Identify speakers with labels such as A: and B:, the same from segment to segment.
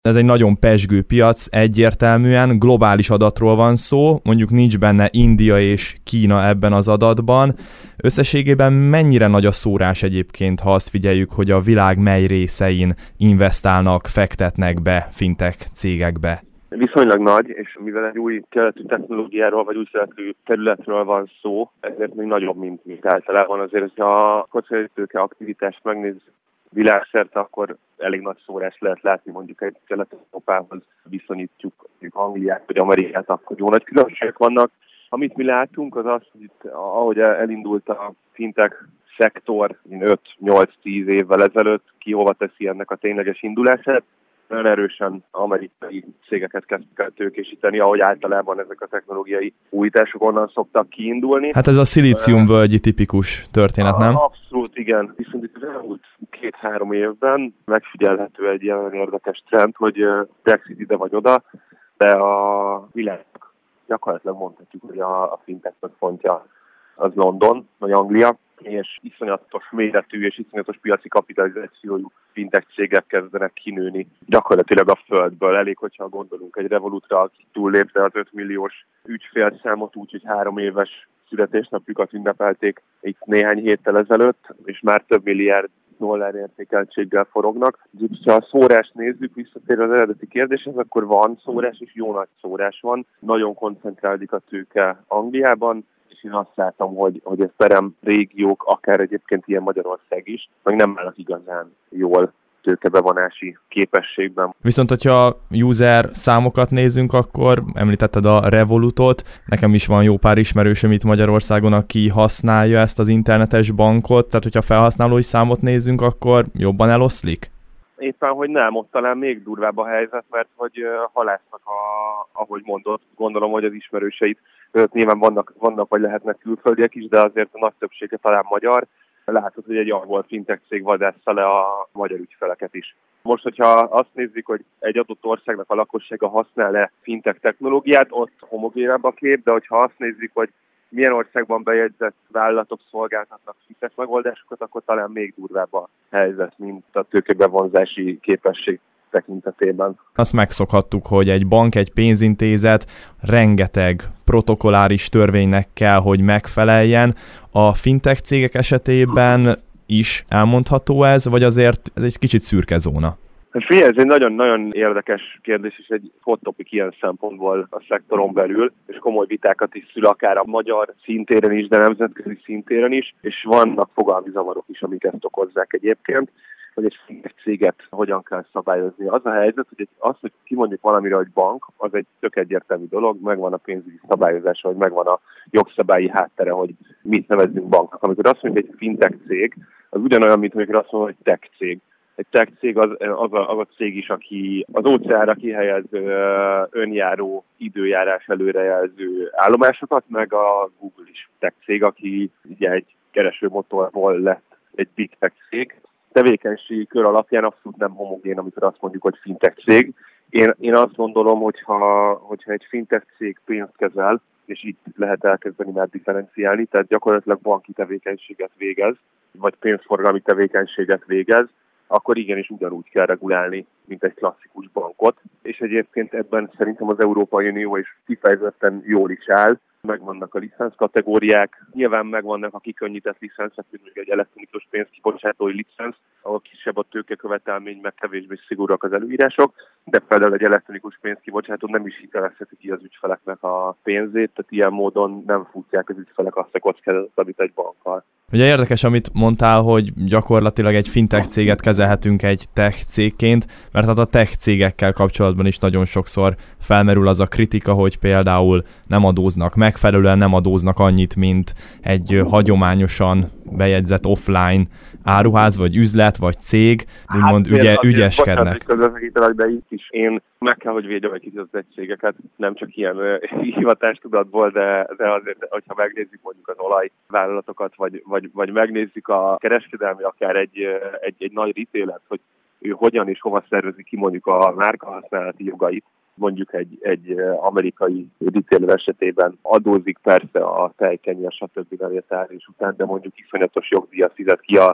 A: Ez egy nagyon pezsgő piac, egyértelműen globális adatról van szó, mondjuk nincs benne India és Kína ebben az adatban. Összességében mennyire nagy a szórás egyébként, ha azt figyeljük, hogy a világ mely részein investálnak, fektetnek be fintech cégekbe?
B: Viszonylag nagy, és mivel egy új keletű technológiáról vagy új keletű területről van szó, ezért még nagyobb, mint általában. Azért, ha a kockázatitőke aktivitást megnézzük világszerte, akkor elég nagy szórás lehet látni, mondjuk egy Kelet-Európához viszonyítjuk Angliát vagy Amerikát, akkor jó nagy különbségek vannak. Amit mi látunk, az az, hogy itt, ahogy elindult a fintech szektor 5-8-10 évvel ezelőtt, ki hova teszi ennek a tényleges indulását, nagyon erősen amerikai cégeket kezdtek el tőkésíteni, ahogy általában ezek a technológiai újítások onnan szoktak kiindulni.
A: Hát ez a szilíciumvölgyi tipikus történet, nem?
B: Abszolút igen. Viszont itt az elmúlt 2-3 évben megfigyelhető egy ilyen érdekes trend, hogy Brexit ide vagy oda, de a világ gyakorlatilag mondhatjuk, hogy a fintech központja az London, vagy Anglia, és iszonyatos méretű és iszonyatos piaci kapitalizációjú fintech cégek kezdenek kinőni gyakorlatilag a földből. Elég, hogyha gondolunk egy Revolutra, aki túllépte az 5 milliós ügyfélszámot, úgyhogy 3 éves születésnapjukat ünnepelték itt néhány héttel ezelőtt, és már több milliárd dollár értékeltséggel forognak. Úgyhogy, ha a szórást nézzük, visszatér az eredeti kérdéshez, akkor van szórás, és jó nagy szórás van. Nagyon koncentrálódik a tőke Angliában, és én azt látom, hogy a perem régiók, akár egyébként ilyen Magyarország is, meg nem állnak igazán jól tőkebevonási képességben.
A: Viszont, hogyha user számokat nézzünk, akkor említetted a Revolutot, nekem is van jó pár ismerősöm itt Magyarországon, aki használja ezt az internetes bankot, tehát hogyha felhasználói számot nézzünk, akkor jobban eloszlik?
B: Éppen, hogy nem, ott talán még durvább a helyzet, mert hogy halásznak, ahogy mondott, gondolom, hogy az ismerőseit nyilván vannak vagy lehetnek külföldiek is, de azért a nagy többsége talán magyar. Látod, hogy egy angol fintech cég vadásza le a magyar ügyfeleket is. Most, hogyha azt nézzük, hogy egy adott országnak a lakossága használ-e fintech technológiát, ott homogénabb a kép, de hogyha azt nézzük, hogy milyen országban bejegyzett vállalatok szolgáltatnak fintech megoldásokat, akkor talán még durvább a helyzet, mint a tőkebevonzási képesség tekintetében.
A: Azt megszokhattuk, hogy egy bank, egy pénzintézet rengeteg protokolláris törvénynek kell, hogy megfeleljen. A fintech cégek esetében is elmondható ez, vagy azért ez egy kicsit szürke zóna?
B: Figyelj, ez egy nagyon-nagyon érdekes kérdés, és egy hot topic ilyen szempontból a szektoron belül, és komoly vitákat is szül akár a magyar szintéren is, de nemzetközi szintéren is, és vannak fogalmi zavarok is, amik ezt okozzák egyébként, hogy egy fintech céget hogyan kell szabályozni. Az a helyzet, hogy kimondjuk valamiről, hogy bank, az egy tök egyértelmű dolog, megvan a pénzügyi szabályozása, hogy megvan a jogszabályi háttere, hogy mit nevezzünk banknak. Amikor azt mondjuk egy fintech cég, az ugyanolyan, mint amikor azt mondom, hogy tech cég. Egy tech cég az a cég is, aki az óceánra kihelyező önjáró, időjárás előrejelző állomásokat, meg a Google is tech cég, aki ugye egy keresőmotorból lett egy big tech cég. Tevékenységi kör alapján abszolút nem homogén, amikor azt mondjuk, hogy fintech cég. Én azt gondolom, hogyha egy fintech cég pénzt kezel, és itt lehet elkezdeni már differenciálni, tehát gyakorlatilag banki tevékenységet végez, vagy pénzforgalmi tevékenységet végez, akkor igenis ugyanúgy kell regulálni, mint egy klasszikus bankot. És egyébként ebben szerintem az Európai Unió is kifejezetten jól is áll. Megvannak a licensz kategóriák, nyilván megvannak a kikönnyített licenszek, mint egy elektronikus pénzkibocsátói licensz, ahol kisebb a tőkekövetelmény, meg kevésbé szigorúak az előírások, de például egy elektronikus pénzkibocsátó nem is hitelezheti ki az ügyfeleknek a pénzét, tehát ilyen módon nem futják az ügyfelek azt a kockázatot, amit egy bankkal.
A: Ugye érdekes, amit mondtál, hogy gyakorlatilag egy fintech céget kezelhetünk egy tech cégként, mert hát a tech cégekkel kapcsolatban is nagyon sokszor felmerül az a kritika, hogy például nem adóznak megfelelően, nem adóznak annyit, mint egy hagyományosan bejegyzett offline áruház, vagy üzlet, vagy cég, úgymond ügyeskednek.
B: De itt is én meg kell, hogy védjem egy kicsit az egységeket, nem csak ilyen hivatástudatból, de azért, hogyha megnézzük mondjuk az olajvállalatokat, vagy megnézzük a kereskedelmi, akár egy nagy retailer, hogy ő hogyan és hova szervezi ki mondjuk a márkahasználati jogait, mondjuk egy amerikai retailer esetében adózik persze a tejkenyér, stb. És után, de mondjuk iszonyatos jogdíjat fizet ki a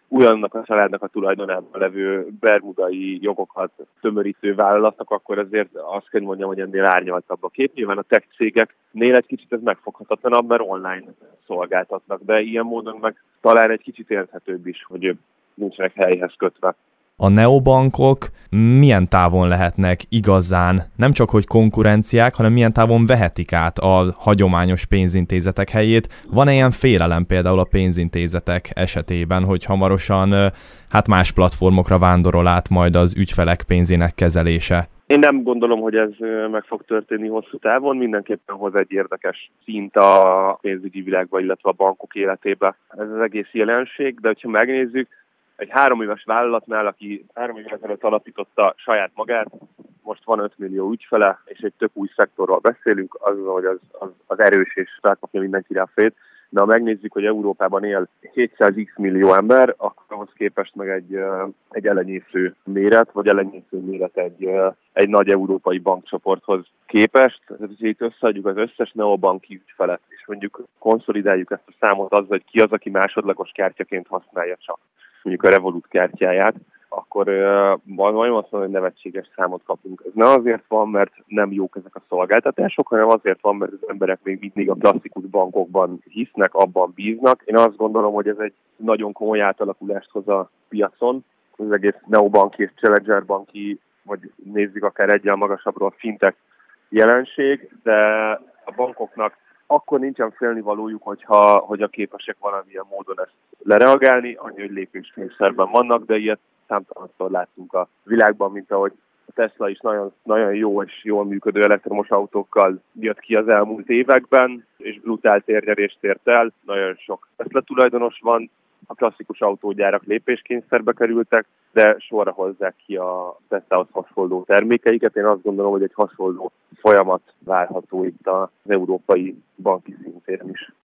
B: ugyanannak a családnak a tulajdonában levő bermudai jogokat tömörítő vállalatnak, akkor azért azt kell mondjam, hogy ennél árnyaltabb a kép. Nyilván a tech cégeknél egy kicsit ez megfoghatatlanabb, mert online szolgáltatnak, de ilyen módon meg talán egy kicsit érthetőbb is, hogy ők nincsenek helyhez kötve.
A: A neobankok milyen távon lehetnek igazán, nem csak hogy konkurenciák, hanem milyen távon vehetik át a hagyományos pénzintézetek helyét? Van-e ilyen félelem például a pénzintézetek esetében, hogy hamarosan más platformokra vándorol át majd az ügyfelek pénzének kezelése?
B: Én nem gondolom, hogy ez meg fog történni hosszú távon, mindenképpen hoz egy érdekes szint a pénzügyi világba, illetve a bankok életébe. Ez az egész jelenség, de hogyha megnézzük, egy 3 éves vállalatnál, aki 3 évvel ezelőtt alapította saját magát, most van 5 millió ügyfele, és egy tök új szektorról beszélünk, hogy az erős és felkapja mindenkire a fejét. De ha megnézzük, hogy Európában él 700x millió ember, akkor ahhoz képest meg egy elenyésző méret, vagy elenyésző méret egy nagy európai bankcsoporthoz képest. Tehát, hogyha itt összeadjuk az összes neobanki ügyfelet, és mondjuk konszolidáljuk ezt a számot azzal, hogy ki az, aki másodlagos kártyaként használja csak mondjuk a Revolut kártyáját, akkor majdnem azt mondom, hogy nevetséges számot kapunk. Ez nem azért van, mert nem jók ezek a szolgáltatások, hanem azért van, mert az emberek még mindig a klasszikus bankokban hisznek, abban bíznak. Én azt gondolom, hogy ez egy nagyon komoly átalakulást hoz a piacon. Az egész neobanki és challenger banki, vagy nézzük akár egyen magasabbról fintech jelenség, de a bankoknak akkor nincsen félnivalójuk, hogyha képesek valamilyen módon ezt lereagálni, annyi, hogy lépéskényszerben vannak, de ilyet számtalanszor láttunk a világban, mint ahogy a Tesla is nagyon, nagyon jó és jól működő elektromos autókkal jött ki az elmúlt években, és brutál térnyerést ért el. Nagyon sok Tesla tulajdonos van, a klasszikus autógyárak lépéskényszerbe kerültek, de sorra hozzák ki a Teslahoz hasonló termékeiket. Én azt gondolom, hogy egy hasonló folyamat várható itt az európai banki szintéren is.